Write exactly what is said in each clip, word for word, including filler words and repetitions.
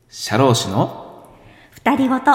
社労士の二人ごと。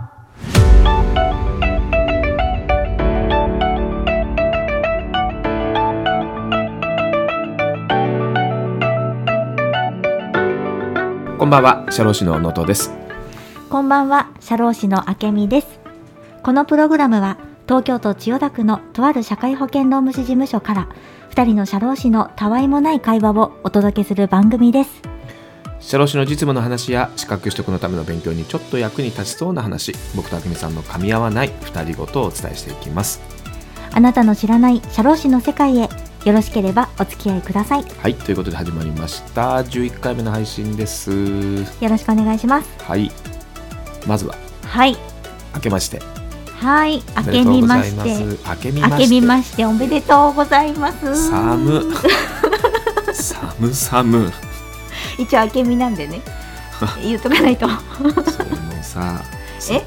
こんばんは、社労士の野戸です。 こんばんは、社労士のあけみです。このプログラムは東京都千代田区のとある社会保険労務士事務所から二人の社労士のたわいもない会話をお届けする番組です。 社労士の実務の話や資格取得のための勉強にちょっと役に立ちそうな話、僕とあけみさんの噛み合わない二人ごとをお伝えしていきます。 あなたの知らない社労士の世界へよろしければお付き合いください。 はい、ということで始まりましたじゅういっかいめの配信です。 よろしくお願いします。 はい、まずははい明けましてはい明けみまして明けみまして明けみましておめでとうございます。 寒寒寒一応明けみなんでね言っとかないとそれもさえ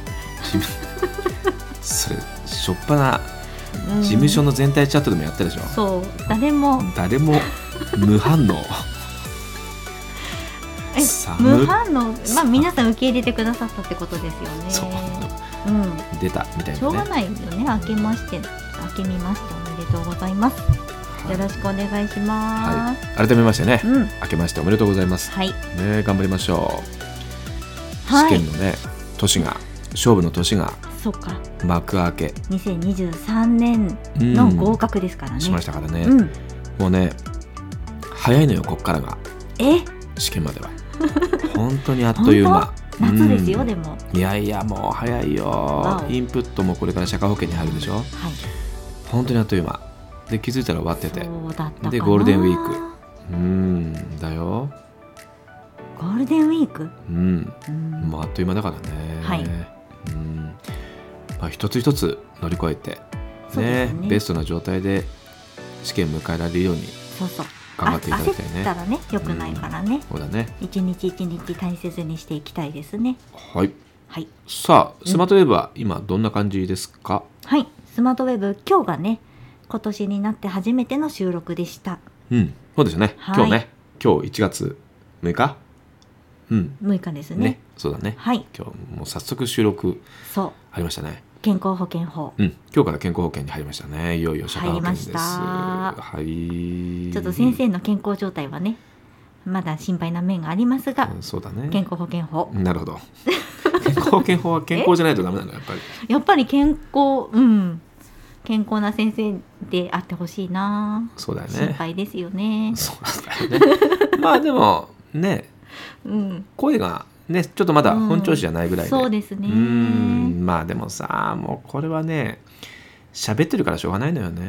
それしょっぱな事務所の全体チャットでもやったでしょ。 そう誰も誰も無反応え無反応、まあ皆さん受け入れてくださったってことですよね。 そう、 うん、 出たみたいなね。 しょうがないよね。明けまして明けみましておめでとうございます、はい、よろしくお願いします、 はい、改めましてね、うん、明けましておめでとうございます、 はいね、頑張りましょう、はい、試験のね年が勝負の年がそうか幕開けにせんにじゅうさんねんの合格ですからね、うん、 しましたからね、 うん、 もうね早いのよこっからがえ試験までは本当にあっという間夏ですよ、うん、でもいやいやもう早いよ。インプットもこれから社会保険に入るでしょ、はい、本当にあっという間で気づいたら終わってて、 そうだったかな。 でゴールデンウィークうんだよ。 ゴールデンウィークうん、うん、もうあっという間だからね、はいうんまあ、一つ一つ乗り越えて、ねね、ベストな状態で試験迎えられるようにそうそう頑張っていただきたいね。 焦ったらね良くないからね、 うん、そうだね。 一日一日大切にしていきたいですね。 はい、 はい、 さあスマートウェブは今どんな感じですか？ はい、スマートウェブ今日がね今年になって初めての収録でした。 うんそうですね、はい、今日ね今日いちがつむいか、うん、 むいかですね。 ねそうだね、はい、今日もう早速収録そうありましたね。 健康保険法、 うん、今日から健康保険に入りましたね。いよいよ社会保険です。 入りました。 はい。 ちょっと先生の健康状態はねまだ心配な面がありますが、 うん、そうだね。 健康保険法。 なるほど。健康保険法は健康じゃないとダメなのやっぱり。 やっぱり健康、うん健康な先生であってほしいな。 そうだよね。 心配ですよね。 そうだよね。まあでもね、うん、声がねちょっとまだ本調子じゃないぐらいで、 うん、そうですね。 うんまあでもさもうこれはね喋ってるからしょうがないのよね、うん、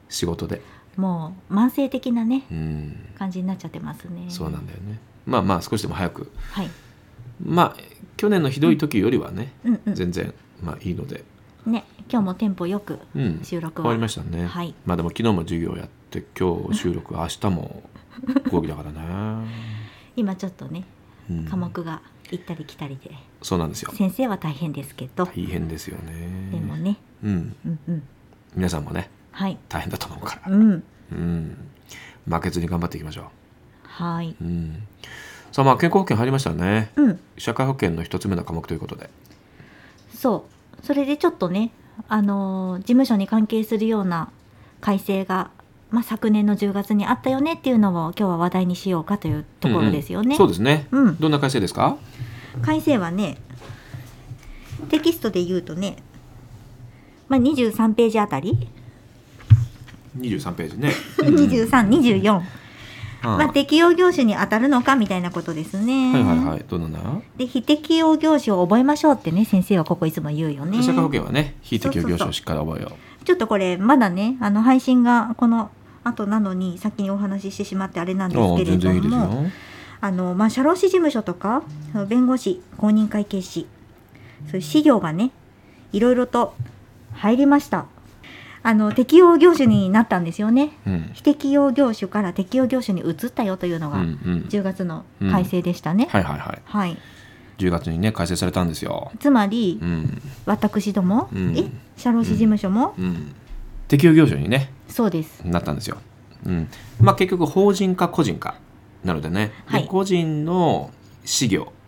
仕事でもう慢性的なね、 うん、 感じになっちゃってますね。 そうなんだよね。まあまあ少しでも早く、 はい、 まあ去年のひどい時よりはね、 うんうん、 全然まあいいのでね今日もテンポよく収録は、うん、 終わりましたね、はい、まあでも昨日も授業やって今日収録明日も講義だからね今ちょっとね、うん、科目が行ったり来たりでそうなんですよ。 先生は大変ですけど大変ですよね。 でもね、 うんうんうん、皆さんもね、はい、大変だと思うから、うんうん、負けずに頑張っていきましょう。はい、うん、さあまあ健康保険入りましたね、うん、社会保険の一つ目の科目ということでそうそれでちょっとね、あのー、事務所に関係するような改正が、まあ、昨年のじゅうがつにあったよねっていうのを今日は話題にしようかというところですよね、 うんうん、そうですね、うん、どんな改正ですか？ 改正はねテキストで言うとね、まあ、にじゅうさんページあたりにじゅうさんページねにじゅうさん、にじゅうよん、まあ、適用業種に当たるのかみたいなことですね。 はいはいはい。どうなんだ？ で非適用業種を覚えましょうってね先生はここいつも言うよね。 社会保険はね非適用業種をしっかり覚えよう。そうそうそうちょっとこれまだねあの配信がこの後なのに先にお話ししてしまってあれなんですけれども、いいあの、まあ、社労士事務所とか弁護士公認会計士そういう事業がねいろいろと入りました。あの適用業種になったんですよね、うん、非適用業種から適用業種に移ったよというのがじゅうがつの改正でしたね、 うんうん、はいはいはい、はい、じゅうがつにね改正されたんですよ。 つまり、うん、私ども、うん、え社労士事務所も、うんうん、 適用業種にねそうですなったんですよ、うんまあ、結局法人か個人かなのでね、はい、で個人の事業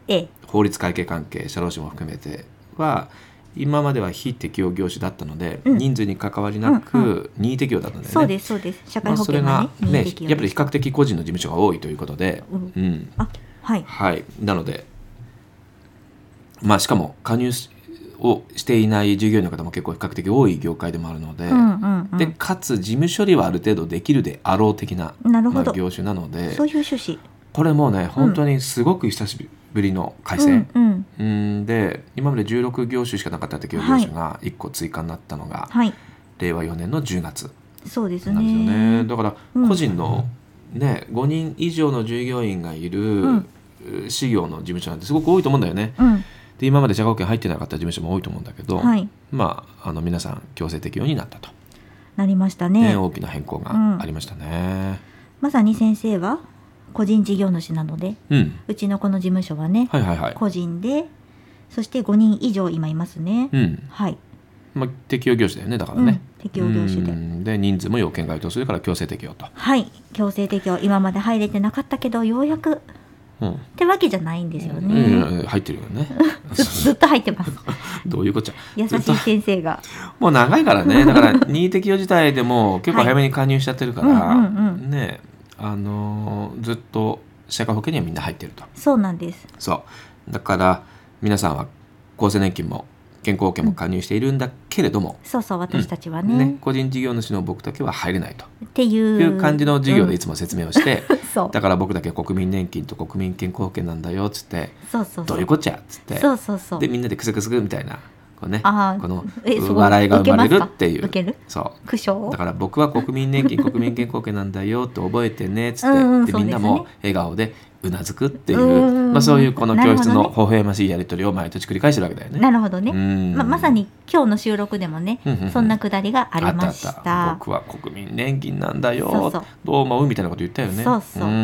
ええ、 法律会計関係社労士も含めては今までは非適用業種だったので、うん、人数に関わりなく、うんうん、任意適用だったんだよね。 そうですそうです。社会保険がね、 まあ、それがね、やっぱり比較的個人の事務所が多いということで、うんうん、 あ、はい、 はい、なので、まあ、しかも加入をしていない従業員の方も結構比較的多い業界でもあるので、うんうんうん、でかつ事務処理はある程度できるであろう的な、まあ、業種なので、 そういう趣旨。 これもね本当にすごく久しぶりの改正、うんうん、で今までじゅうろく業種しかなかった適用業種がいっこ追加になったのが、はい、れいわよねんのじゅうがつそうですなんですよね。だから個人の、ね、ごにん以上の従業員がいる、うん、事業の事務所なんてすごく多いと思うんだよね、うん、で今まで社会保険入ってなかった事務所も多いと思うんだけど、はい、まあ、あの皆さん強制適用になったとなりました ね, ね大きな変更がありましたね、 うん、まさに先生は個人事業主なので、うん、うちのこの事務所はね、はいはいはい、個人でそしてごにん以上今いますね、うん、はい、 まあ、適用業種だよねだからね、 うん、適用業種でで人数も要件該当するから強制適用と。 はい強制適用今まで入れてなかったけどようやく、うん、ってわけじゃないんですよね、 うん、入ってるよねず, ずっと入ってますどういうこっちゃ優しい先生がもう長いからねだから任意適用自体でも結構早めに加入しちゃってるから、はい、うんうんうん、ねあのー、ずっと社会保険にはみんな入ってると。 そうなんです。 そうだから皆さんは厚生年金も健康保険も加入しているんだけれども、 うん、そうそう私たちは ね,、 うん、ね個人事業主の僕だけは入れないとっていう、 いう感じの授業でいつも説明をして、うん、そうだから僕だけ国民年金と国民健康保険なんだよっつってそうそうそうどういうこっちゃっつってそうそうそうでみんなでクスクスクみたいなこう、ね、この笑いが生まれるっていう受けるそう苦笑だから僕は国民年金国民健康保険なんだよって覚えてねっつって、うんうん、でみんなも笑顔でうなずくっていう、うんまあ、そういうこの教室の微笑ましいやり取りを毎年繰り返してるわけだよね。 なるほどね、ま, まさに今日の収録でもね、うんうんうん、そんなくだりがありました。あったあった僕は国民年金なんだよそうそうどう思うみたいなこと言ったよね。 そうそう、うん、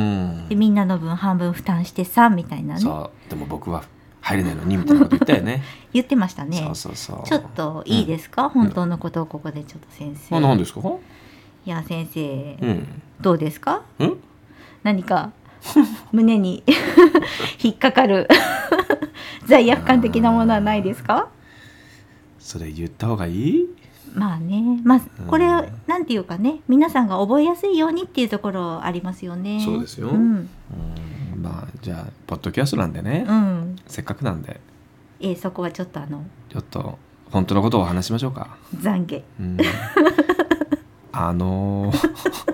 でみんなの分半分負担してさみたいなね。 そうでも僕は入れないのにみたいなこと言ったよね言ってましたね。 そうそうそうちょっといいですか、うん、本当のことをここでちょっと先生、 あ何ですか。 いや先生、うん、どうですか、 うん、 何か胸に引っかかる罪悪感的なものはないですか。 それ言った方がいい。 まあね、まあ、これ、うん、なんていうかね皆さんが覚えやすいようにっていうところありますよね。 そうですよ、 うん、 うんまあじゃあポッドキャストなんでね、うん、せっかくなんで、 えー、そこはちょっとあのちょっと本当のことを話しましょうか。 懺悔、 うん、あのー、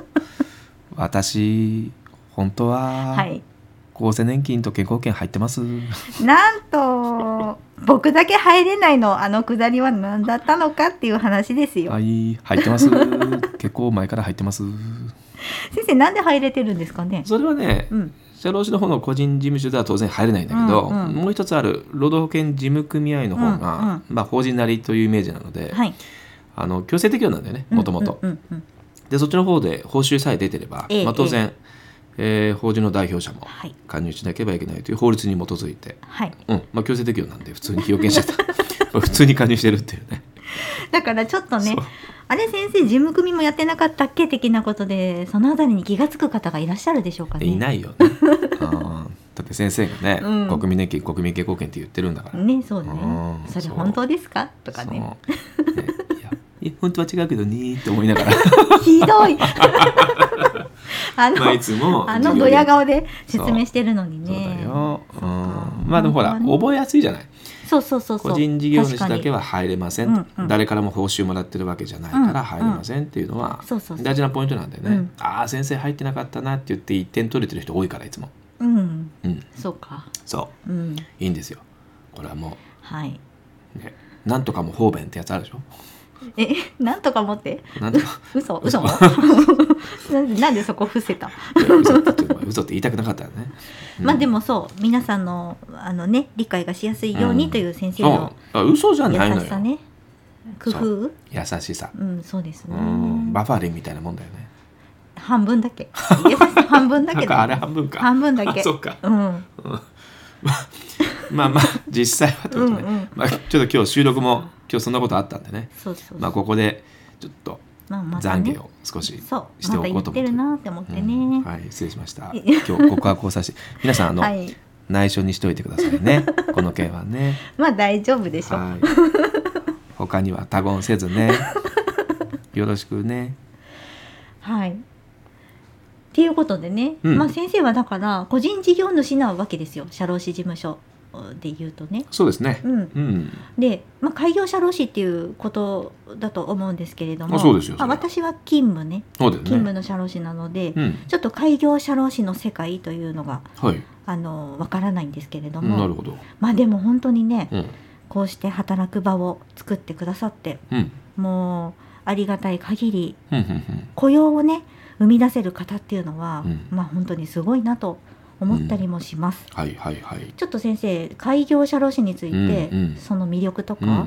私本当は、はい、厚生年金と健康保険入ってます。 なんと僕だけ入れないのあのくだりは何だったのかっていう話ですよ。 はい入ってます結構前から入ってます。 先生なんで入れてるんですかね。 それはね、うん、社労士の方の個人事務所では当然入れないんだけど、うんうん、もう一つある労働保険事務組合の方が、うんうんまあ、法人なりというイメージなので、はい、あの強制適用なんだよねもともと。でそっちの方で報酬さえ出てれば、ええまあ、当然、えええー、法人の代表者も加入しなければいけないという法律に基づいて、はいうんまあ、強制適用なんで普通に被保険者だ普通に加入してるっていうね。 だからちょっとねあれ先生事務組もやってなかったっけ的なことでそのあたりに気がつく方がいらっしゃるでしょうかね。 いないよねあだって先生がね、うん、国民年金国民健康保険って言ってるんだからね。そうね、うん、それ本当ですかとか ね, ねいやいや本当は違うけどねって思いながらひどいあの、 まあ、いつもあのドヤ顔で説明してるのにね。 そうだよ、うん、まあでもほら、ね、覚えやすいじゃない。 そうそうそうそう個人事業主だけは入れません、うんうん、誰からも報酬もらってるわけじゃないから入れませんっていうのは大事なポイントなんだよね、うん、ああ先生入ってなかったなって言っていってん取れてる人多いからいつも、 うんうん、そうかそう、うん、いいんですよこれはもう、 はいね、なんとかも方便ってやつあるでしょ。 えなんとかもってなんとか嘘嘘もなんでそこ伏せた嘘って嘘って言いたくなかったよね、 うん、まあでもそう皆さんのあのね理解がしやすいようにという先生の優しさね、うん、嘘じゃないのよ工夫優しさ、 うんそうですね、うん、 バファリンみたいなもんだよね。 半分だけ優しさ半分だけだあれ半分か半分だけそうか、 うん、 まあまあ実際はってことね、うんうんまあ、ちょっと今日収録も今日そんなことあったんでね。 そうそうそうまあここでちょっと懺悔を少ししておこうと思って、 また言ってるなって思ってね、 うん、はい失礼しました今日告白をさせて皆さんあの、はい、 内緒にしておいてくださいねこの件はね。 まあ大丈夫でしょ、 はい、他には他言せずねよろしくね。 はい。っていうことでね、 うん、 まあ先生はだから個人事業主なわけですよ、社労士事務所で言うとね。 そうですね、 うんうん、で、まあ、開業社労士っていうことだと思うんですけれども、 あ、そうですよ、 まあ、私は勤務 ね, そうですね、 勤務の社労士なので、 うん、 ちょっと開業社労士の世界というのが、 はい、 あのわからないんですけれども、 なるほど。 まあでも本当にね、 うん、 こうして働く場を作ってくださって、 うん、 もうありがたい限り、 うんうんうん、 雇用をね生み出せる方っていうのは、 うん、 まあ本当にすごいなと思ったりもします、 うん、はいはいはい。 ちょっと先生開業社労士について、うんうん、その魅力とか、うんうんうん、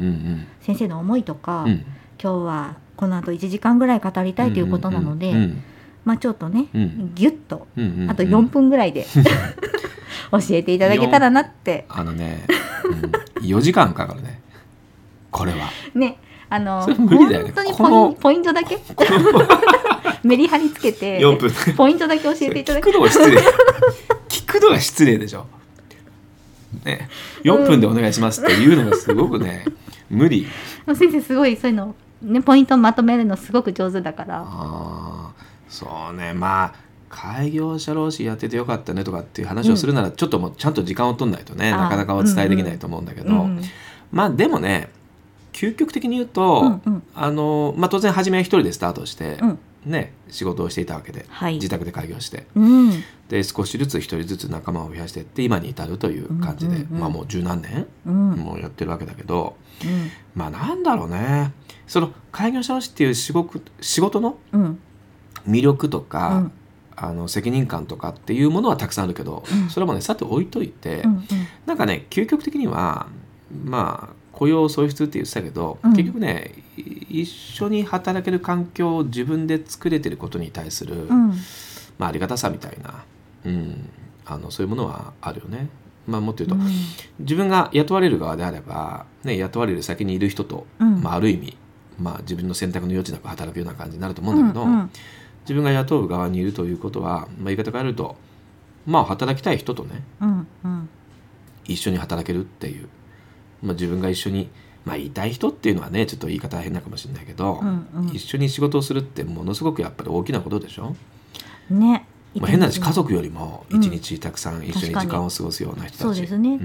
先生の思いとか、うん、今日はこの後いちじかんぐらい語りたいということなので、うんうんうん、まあちょっとね、うん、ギュッと、うんうんうん、あとよんぷんぐらいで教えていただけたらなって。 あのね、うん、よじかんかかるねこれはね。 あの無理だよね、 本当にポイン、ポイントだけメリハリつけてよんぷんポイントだけ教えていただき聞くのが失礼聞くのが失礼でしょ、ね、よんぷんでお願いしますっていうのがすごくね、うん、無理。 先生すごいそういうの、ね、ポイントをまとめるのすごく上手だから。 あ、そうね、まあ開業社労士やっててよかったねとかっていう話をするなら、うん、ちょっともうちゃんと時間を取んないとね、なかなかお伝えできないと思うんだけど、うんうん、まあでもね究極的に言うと、うんうん、あのまあ、当然初めは一人でスタートして、うんね、仕事をしていたわけで、はい、自宅で開業して、うん、で少しずつ一人ずつ仲間を増やしていって今に至るという感じで、うんうんうん、まあ、もう十何年、うん、もうやってるわけだけど、うん、まあなんだろうね、その開業社労士っていう仕事、仕事の魅力とか、うん、あの責任感とかっていうものはたくさんあるけど、うん、それもねさて置いといて、うんうん、なんかね究極的にはまあ雇用創出って言ってたけど、うん、結局ね一緒に働ける環境を自分で作れてることに対する、うん、まあ、ありがたさみたいな、うん、あのそういうものはあるよね。まあ、もっと言うと、うん、自分が雇われる側であれば、ね、雇われる先にいる人と、うん、まあ、ある意味、まあ、自分の選択の余地なく働くような感じになると思うんだけど、うんうん、自分が雇う側にいるということは、まあ、言い方変えると、まあ、働きたい人とね、うんうん、一緒に働けるっていう、まあ、自分が一緒に、まあ、言いたい人っていうのはねちょっと言い方変なかもしれないけど、うんうん、一緒に仕事をするってものすごくやっぱり大きなことでしょ、ね、まあ、変な話家族よりも一日たくさん一緒に時間を過ごすような人たち、 そうですね、うんうん、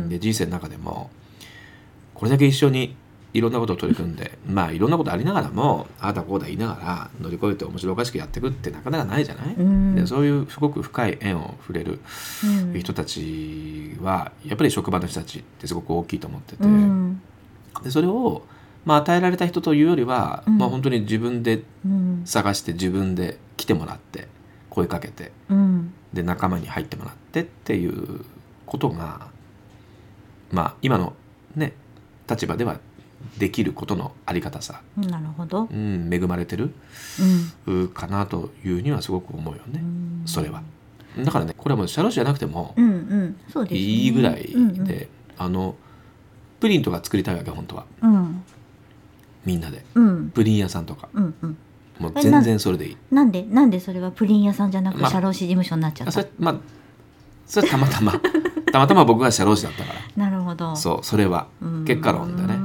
で人生の中でもこれだけ一緒にいろんなことを取り組んでまあいろんなことありながらもああだこうだ言いながら乗り越えて面白おかしくやっていくってなかなかないじゃない、うん、でそういうすごく深い縁を触れる人たちはやっぱり職場の人たちってすごく大きいと思ってて、うん、でそれを、まあ、与えられた人というよりは、うん、まあ、本当に自分で探して自分で来てもらって声かけて、うん、で仲間に入ってもらってっていうことがまあ今のね立場ではできることのありがたさ、 なるほど、 うん、恵まれてる、うん、かなというにはすごく思うよね、うん、それはだからねこれはもう社労士じゃなくてもいいぐらいで、うんうん、あのプリンとか作りたいわけ本当は、うん、みんなで、うん、プリン屋さんとか、うんうん、もう全然それでいい。 な, なんでなんでそれはプリン屋さんじゃなく社労士事務所になっちゃった、 まあ、それまあそれたまたまたまたま僕が社労士だったからなるほど、 そうそれは結果論でね、うん、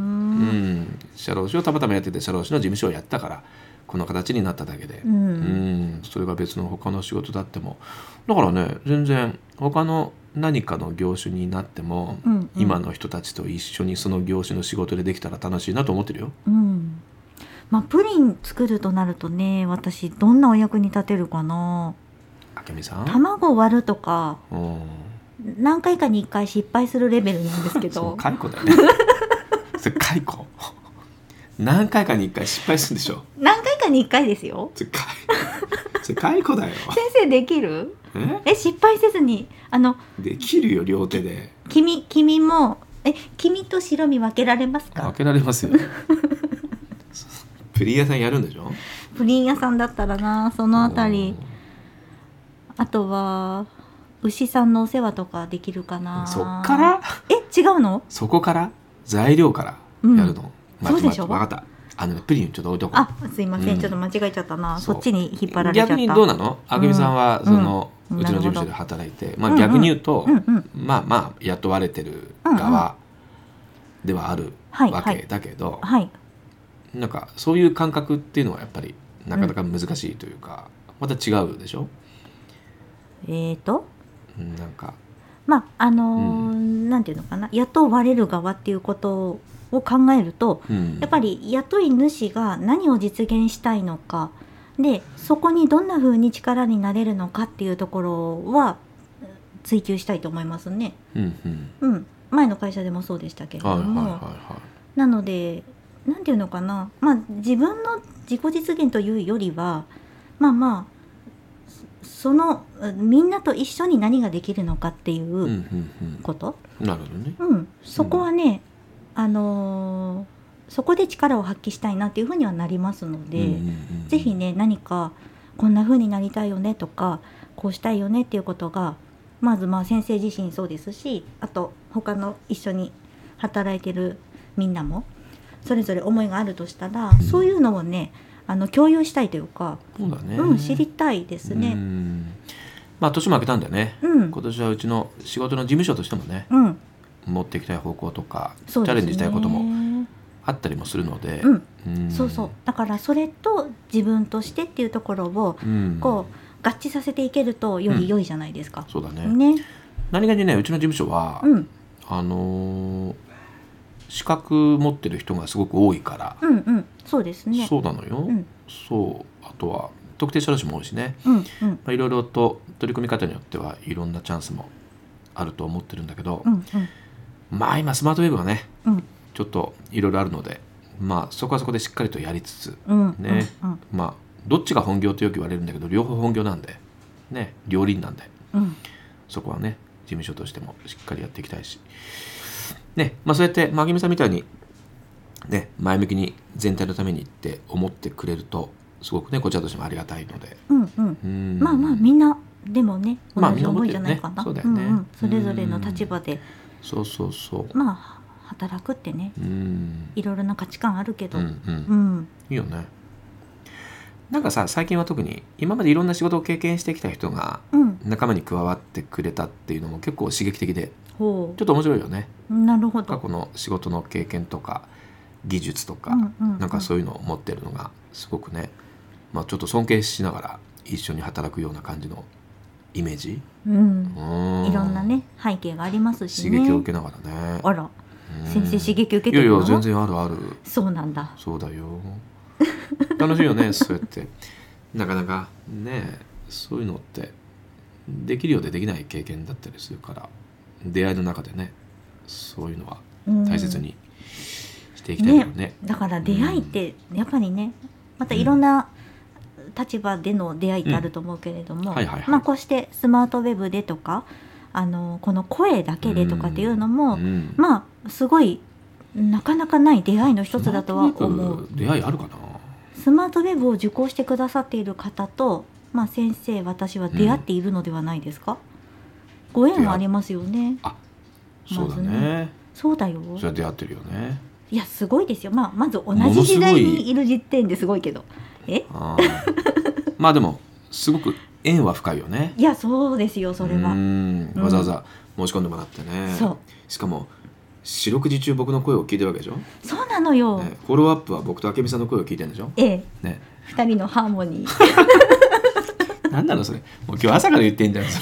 社労士をたまたまやってて社労士の事務所をやったからこの形になっただけで、うん、うん、それが別の他の仕事だってもだからね全然他の何かの業種になっても、うんうん、今の人たちと一緒にその業種の仕事でできたら楽しいなと思ってるよ、うん、 まあ、プリン作るとなるとね私どんなお役に立てるかな。 あけみさん卵割るとか、うん、何回かにいっかい失敗するレベルなんですけどそう解雇だよねそれ解雇何回かにいっかい失敗するんでしょ。 何回かにいっかいですよ。 それ解雇だよ先生できる？ええ失敗せずにあのできるよ両手で。 黄身黄身もえ黄身と白身分けられますか？ 分けられますよプリン屋さんやるんでしょ。 プリン屋さんだったらなそのあたり。あとは牛さんのお世話とかできるかな。 そっからえ違うの？ そこから材料からやるの、 うんまあ、そうでしょ。 分かったあのプリンちょっと置いとこう。 あ、すいません、うん、ちょっと間違えちゃったな。そっちに引っ張られちゃった。 逆にどうなの？あけみさんはその、うん、うちの事務所で働いて、まあ、逆に言うと、うんうん、まあまあ雇われてる側ではあるわけだけど、はいはい、なんかそういう感覚っていうのはやっぱりなかなか難しいというか、うん、また違うでしょ？ えーとなんかまああのーうん、なんていうのかな、雇われる側っていうことを考えると、うん、やっぱり雇い主が何を実現したいのかで、そこにどんな風に力になれるのかっていうところは追求したいと思いますね。うんうんうん、前の会社でもそうでしたけれども、はいはいはいはい、なのでなんていうのかな、まあ自分の自己実現というよりは、まあまあそのみんなと一緒に何ができるのかっていうこと、 うんうんうん、なるほどね、 うん、そこはね、うん、あのー、そこで力を発揮したいなっていうふうにはなりますので、うんうんうん、ぜひね何かこんなふうになりたいよねとかこうしたいよねっていうことがまずまあ先生自身そうですし、あと他の一緒に働いてるみんなもそれぞれ思いがあるとしたら、うん、そういうのをねあの共有したいというか、 そうだね、 うん、知りたいですね。 うん、まあ年も明けたんだよね、うん、今年はうちの仕事の事務所としてもね、うん、持っていきたい方向とか、ね、チャレンジしたいこともあったりもするので、うんうん、 そうそう、だからそれと自分としてっていうところをこう合致させていけるとより良いじゃないですか、 うん、そうだ ね, ね何気にねうちの事務所は、うん、あのー資格持ってる人がすごく多いから、 うんうん、そうですね。 そうなのよ、うん、そうあとは特定社労士も多いしね、うんうんまあ、いろいろと取り組み方によってはいろんなチャンスもあると思ってるんだけど、うんうん、まあ今スマートウェブがね、うん、ちょっといろいろあるので、まあそこはそこでしっかりとやりつつ、うんねうんうん、まあどっちが本業とよく言われるんだけど両方本業なんでね、両輪なんで、うん、そこはね事務所としてもしっかりやっていきたいしね、まあ、そうやってまぎみさんみたいに、ね、前向きに全体のためにって思ってくれるとすごくねこちらとしてもありがたいので、うんうん、 うんまあまあみんなでもね同じ思いじゃないかな、まあね、そうだよね、うんうん、それぞれの立場でそうそうそうまあ働くってねうんいろいろな価値観あるけど、うんうんうん、いいよね。なんかさ最近は特に今までいろんな仕事を経験してきた人が仲間に加わってくれたっていうのも結構刺激的で、ちょっと面白いよね。 なるほど。 過去の仕事の経験とか技術とか、うんうんうん、なんかそういうのを持ってるのがすごくね、まあ、ちょっと尊敬しながら一緒に働くような感じのイメージ、うん、 うんいろんなね背景がありますしね。 刺激を受けながらね。 あら、先生刺激受けてるの？ いやいや全然あるある。 そうなんだ。 そうだよ。楽しいよねそうやってなかなかねそういうのってできるようでできない経験だったりするから出会いの中でねそういうのは大切にしていきたいよね、ね。 だから出会いってやっぱりねまたいろんな立場での出会いってあると思うけれども、まあこうしてスマートウェブでとかあのこの声だけでとかっていうのも、うんうん、まあすごいなかなかない出会いの一つだとは思う。 出会いあるかな。 スマートウェブを受講してくださっている方と、まあ、先生私は出会っているのではないですか、うん、ご縁はありますよね。 あ、そうだね、まねそうだよ。 それは出会ってるよね。 いやすごいですよ、まあ、まず同じ時代にいる時点ですごいけどえあまあでもすごく縁は深いよね。 いやそうですよそれは。 うんわざわざ申し込んでもらってね、うん、そうしかも四六時中僕の声を聞いてるわけでしょ。 そうなのよ、 ね、フォローアップは僕と明美さんの声を聞いてるんでしょ。 ええ、ね、二人のハーモニー何なのそれ。もう今日朝から言ってんじゃん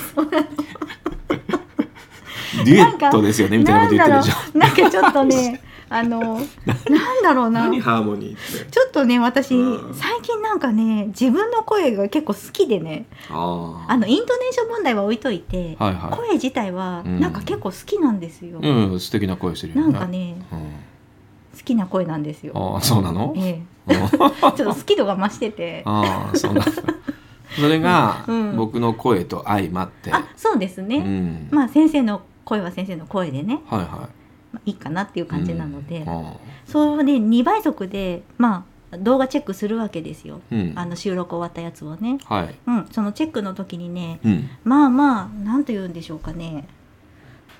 デュエットですよねみたいなこと言ってるでしょ。 なんかちょっとねあのなんだろうな何ハーモニーってちょっとね私、うん、最近なんかね自分の声が結構好きでねああのイントネーション問題は置いといて、はいはい、声自体はなんか結構好きなんですよ、 うんうん、素敵な声してるよね。 なんかね、うん、好きな声なんですよ。 ああそうなの、 ええ、ちょっと好き度が増しててああそうなんだそれが僕の声と相まって、 うん、あそうですね、うん、まあ先生の声は先生の声でね、 はいはいまあ、いいかなっていう感じなので、うん、それでにばい速でまあ動画チェックするわけですよ、うん、あの収録終わったやつをね、はいうん、そのチェックの時にね、うん、まあまあなんと言うんでしょうかね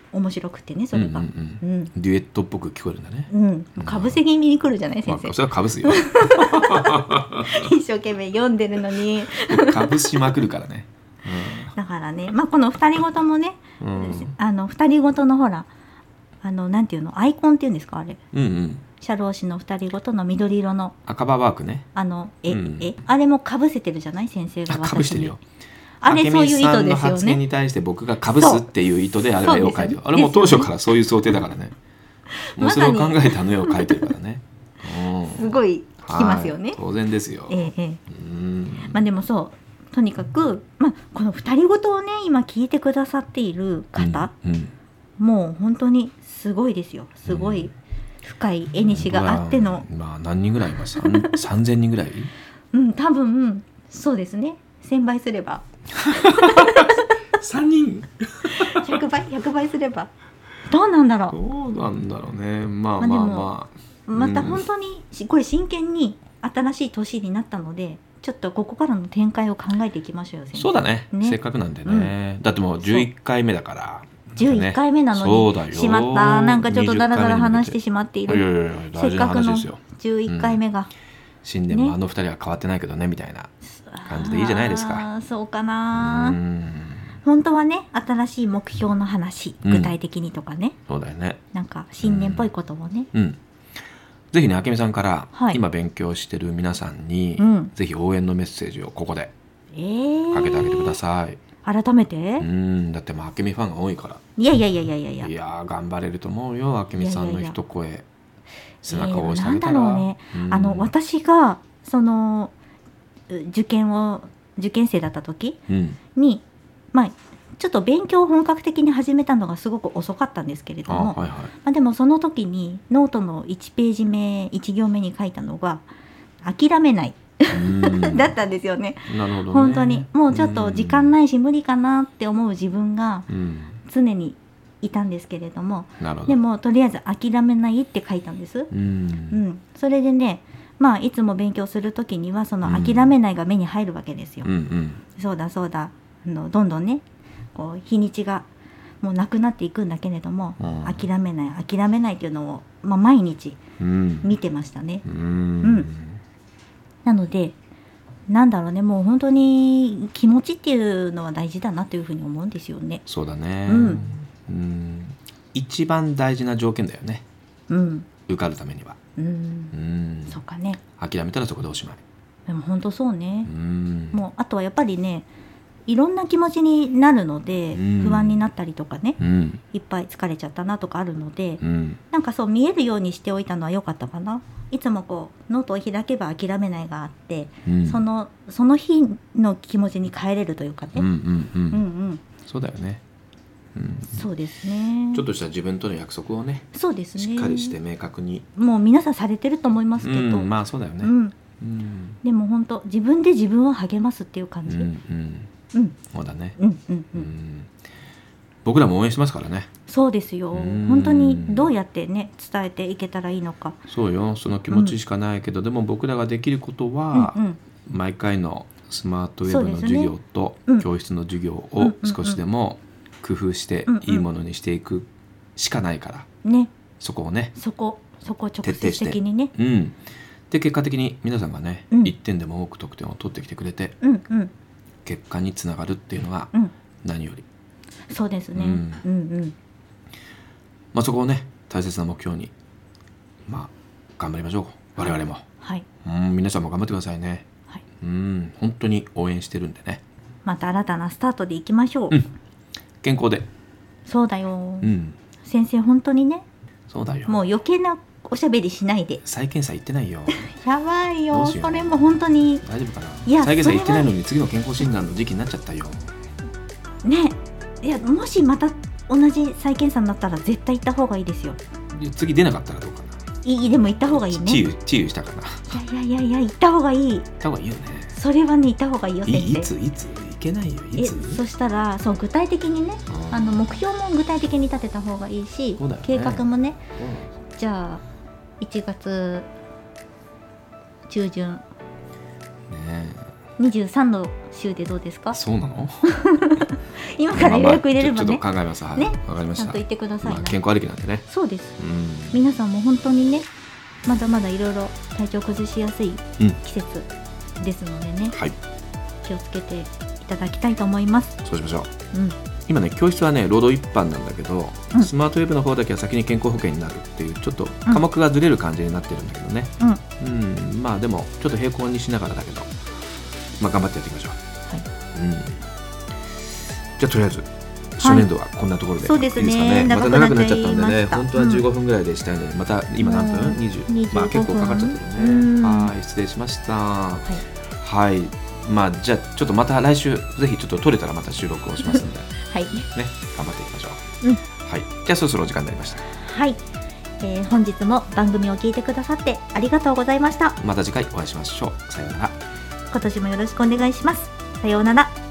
面白くてねそれが、 うんうんうんうん、デュエットっぽく聞こえるんだね。 うん、かぶせ気味に来るじゃない先生、 まあ、それはかぶすよ一生懸命読んでるのにかぶしまくるからね、 うん、だからね、まあ、この二人ごともね、うん、あの二人ごとのほらあのなんていうのアイコンっていうんですかあれ、 うんうん、 社労士の二人ごとの緑色の赤バーワークね、 あのえ、うん、えあれもかぶせてるじゃない先生が私に。 かぶしてるよ。 あれそういう意図ですよね。 明美さんの発言に対して僕がかぶすっていう意図であれは絵を描いてる。あれも当初からそういう想定だからね。もうそれを考えたの絵を描いてるからね。 すごい聞きますよね。 当然ですよ。 ええ、うんまあでもそうとにかく、まあ、この二人ごとをね今聞いてくださっている方、うんうん、もう本当にすごいですよ。すごい深い絵にしがあっての、 うん、まあ何人ぐらいいます？さんぜんにんぐらい？ うん多分そうですね。せんばいすればさんにんひゃくばいひゃくばいすればどうなんだろう。 どうなんだろうね。まあまあまあ、 また本当にこれ真剣に新しい年になったのでちょっとここからの展開を考えていきましょうよ先生。 そうだ ね, ねせっかくなんでね、うん、だってもうじゅういっかいめだからじゅういっかいめなのにしまったなんかちょっとだらだら話してしまっている。 いやいやいやせっかくのじゅういっかいめが、うん、 新年もあのふたりは変わってないけどねみたいな感じでいいじゃないですか。 あそうかな。本当はね新しい目標の話、うん、具体的にとかね。 そうだよね。 なんか新年っぽいことをね、 うんうん、ぜひね明美さんから、はい、今勉強してる皆さんに、うん、ぜひ応援のメッセージをここでかけてあげてください、 えー、改めてうんだってもう明美ファンが多いから。 いやいやいやいやいやいやいや頑張れると思うよ明美さんの一声。いやいやいや背中を押してあげたら、 えー、なんだろうね、うん、あの私がその受験を受験生だった時に、うん、まあちょっと勉強を本格的に始めたのがすごく遅かったんですけれども、あ、はいはい、まあ、でもその時にノートのいちページ目いち行目に書いたのが諦めないだったんですよね。 なるほどね。 本当にもうちょっと時間ないし無理かなって思う自分が常にいたんですけれども、うん、でもとりあえず諦めないって書いたんです、うんうん、それでねまあいつも勉強する時にはその諦めないが目に入るわけですよ、うんうん、そうだそうだあのどんどんねこう日にちがもうなくなっていくんだけれども、うん、諦めない諦めないっていうのを、まあ、毎日見てましたね、うんうん、なのでなんだろうねもう本当に気持ちっていうのは大事だなというふうに思うんですよね。 そうだね、うんうん、一番大事な条件だよね、うん、受かるためには、うんうん、 そうかね。 諦めたらそこでおしまい。 でも本当そうね、うん、もうあとはやっぱりねいろんな気持ちになるので、うん、不安になったりとかね、うん、いっぱい疲れちゃったなとかあるので、うん、なんかそう見えるようにしておいたのは良かったかな。いつもこうノートを開けば諦めないがあって、うん、そのその日の気持ちに変えれるというかね、うんうんうんうんうん、 そうだよね、 うん、そうですね。 ちょっとした自分との約束をね、 そうですね、 しっかりして明確にもう皆さんされてると思いますけど、 うん、まあそうだよね、うんうん、 でも本当自分で自分を励ますっていう感じ、うんうんうん、そうだね、うんうんうんうん、僕らも応援してますからね。 そうですよ。本当にどうやってね伝えていけたらいいのか。 そうよ、その気持ちしかないけど、うん、でも僕らができることは、うんうん、毎回のスマートウェブの授業と教室の授業を少しでも工夫していいものにしていくしかないから、うんうん、ね、そこをねそこそこ直接的にね、 うん、で結果的に皆さんがね、うん、いってんでも多く得点を取ってきてくれて、うんうん、結果につながるっていうのが何より、 うん、そうですね、うんうんうんまあ、そこをね大切な目標に、まあ、頑張りましょう我々も、はい、うん皆さんも頑張ってくださいね、はい、うん本当に応援してるんでね。 また新たなスタートでいきましょう、うん、 健康で。 そうだよ、うん、先生本当にね。 そうだよ、 もう余計なおしゃべりしないで。 再検査行ってないよやばいよ、それも本当に大丈夫かな。いや再検査行ってないのに次の健康診断の時期になっちゃったよね。いやもしまた同じ再検査になったら絶対行った方がいいですよ。 次出なかったらどうかな。 いいでも行った方がいいね。 治癒治癒したかな。 いやいやいやいや行った方がいい。 行った方がいいよね。 それはね行った方がいいよ先生。 い, いついつ行けないよいつ。 えそしたらそう具体的にね、あの目標も具体的に立てた方がいいし、ね、計画もね、うん、じゃあいちがつ中旬ねにじゅうさんの週でどうですか？ そうなの？ 今から予約入れればね、 まあまあ、ちょっと考えます。はい、ね、わかりました。 ちゃんと言ってください、ね。 まあ、健康ありきなんでね。 そうです、うん、皆さんも本当にね、まだまだいろいろ体調崩しやすい季節ですのでね、うん、はい、気をつけていただきたいと思います。 そうしましょう、うん、今ね教室はね労働一般なんだけど、うん、スマートウェブの方だけは先に健康保険になるっていうちょっと科目がずれる感じになってるんだけどね、うんうん、まあでもちょっと並行にしながらだけど、まあ、頑張ってやっていきましょう、はい、うん、じゃあとりあえず初年度はこんなところで、はい、いいですかね。また長くなっちゃったんでね、本当はじゅうごふんぐらいでしたいので、うん、また今何分？にじゅう、まあ結構かかっちゃってるね。はい、失礼しました。はい、はい、まあじゃあちょっとまた来週ぜひちょっと撮れたらまた収録をしますんで、はい、ね、頑張っていきましょう。うん、はい、じゃあそろそろお時間になりました。 はい、えー、本日も番組を聞いてくださってありがとうございました。 また次回お会いしましょう。さようなら。 今年もよろしくお願いします。さようなら。